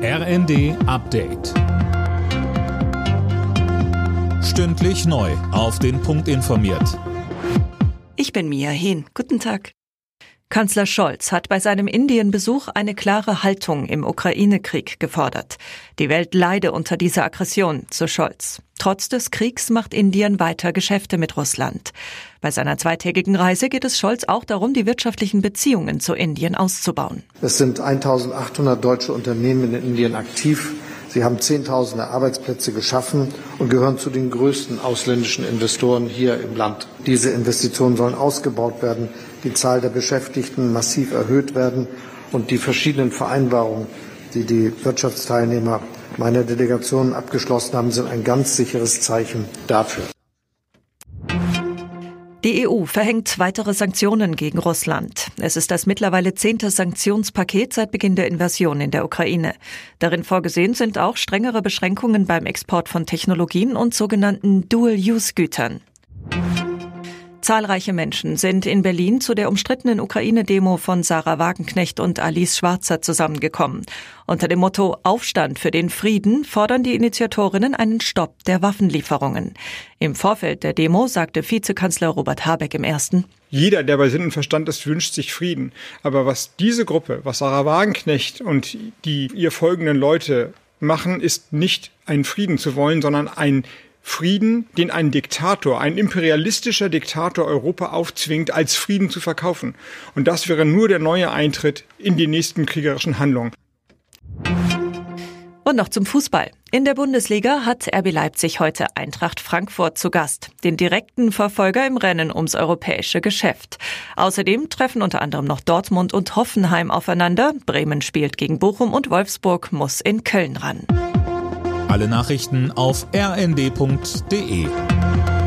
RND Update. Stündlich neu auf den Punkt informiert. Ich bin Mia Hehn. Guten Tag. Kanzler Scholz hat bei seinem Indienbesuch eine klare Haltung im Ukraine-Krieg gefordert. Die Welt leide unter dieser Aggression, so Scholz. Trotz des Kriegs macht Indien weiter Geschäfte mit Russland. Bei seiner zweitägigen Reise geht es Scholz auch darum, die wirtschaftlichen Beziehungen zu Indien auszubauen. Es sind 1.800 deutsche Unternehmen in Indien aktiv. Sie haben Zehntausende Arbeitsplätze geschaffen und gehören zu den größten ausländischen Investoren hier im Land. Diese Investitionen sollen ausgebaut werden, die Zahl der Beschäftigten massiv erhöht werden und die verschiedenen Vereinbarungen, die die Wirtschaftsteilnehmer meiner Delegation abgeschlossen haben, sind ein ganz sicheres Zeichen dafür. Die EU verhängt weitere Sanktionen gegen Russland. Es ist das mittlerweile 10. Sanktionspaket seit Beginn der Invasion in der Ukraine. Darin vorgesehen sind auch strengere Beschränkungen beim Export von Technologien und sogenannten Dual-Use-Gütern. Zahlreiche Menschen sind in Berlin zu der umstrittenen Ukraine-Demo von Sarah Wagenknecht und Alice Schwarzer zusammengekommen. Unter dem Motto Aufstand für den Frieden fordern die Initiatorinnen einen Stopp der Waffenlieferungen. Im Vorfeld der Demo sagte Vizekanzler Robert Habeck im Ersten: Jeder, der bei Sinn und Verstand ist, wünscht sich Frieden. Aber was diese Gruppe, was Sarah Wagenknecht und die ihr folgenden Leute machen, ist nicht einen Frieden zu wollen, sondern ein Frieden, den ein Diktator, ein imperialistischer Diktator Europa aufzwingt, als Frieden zu verkaufen. Und das wäre nur der neue Eintritt in die nächsten kriegerischen Handlungen. Und noch zum Fußball. In der Bundesliga hat RB Leipzig heute Eintracht Frankfurt zu Gast, den direkten Verfolger im Rennen ums europäische Geschäft. Außerdem treffen unter anderem noch Dortmund und Hoffenheim aufeinander. Bremen spielt gegen Bochum und Wolfsburg muss in Köln ran. Alle Nachrichten auf rnd.de.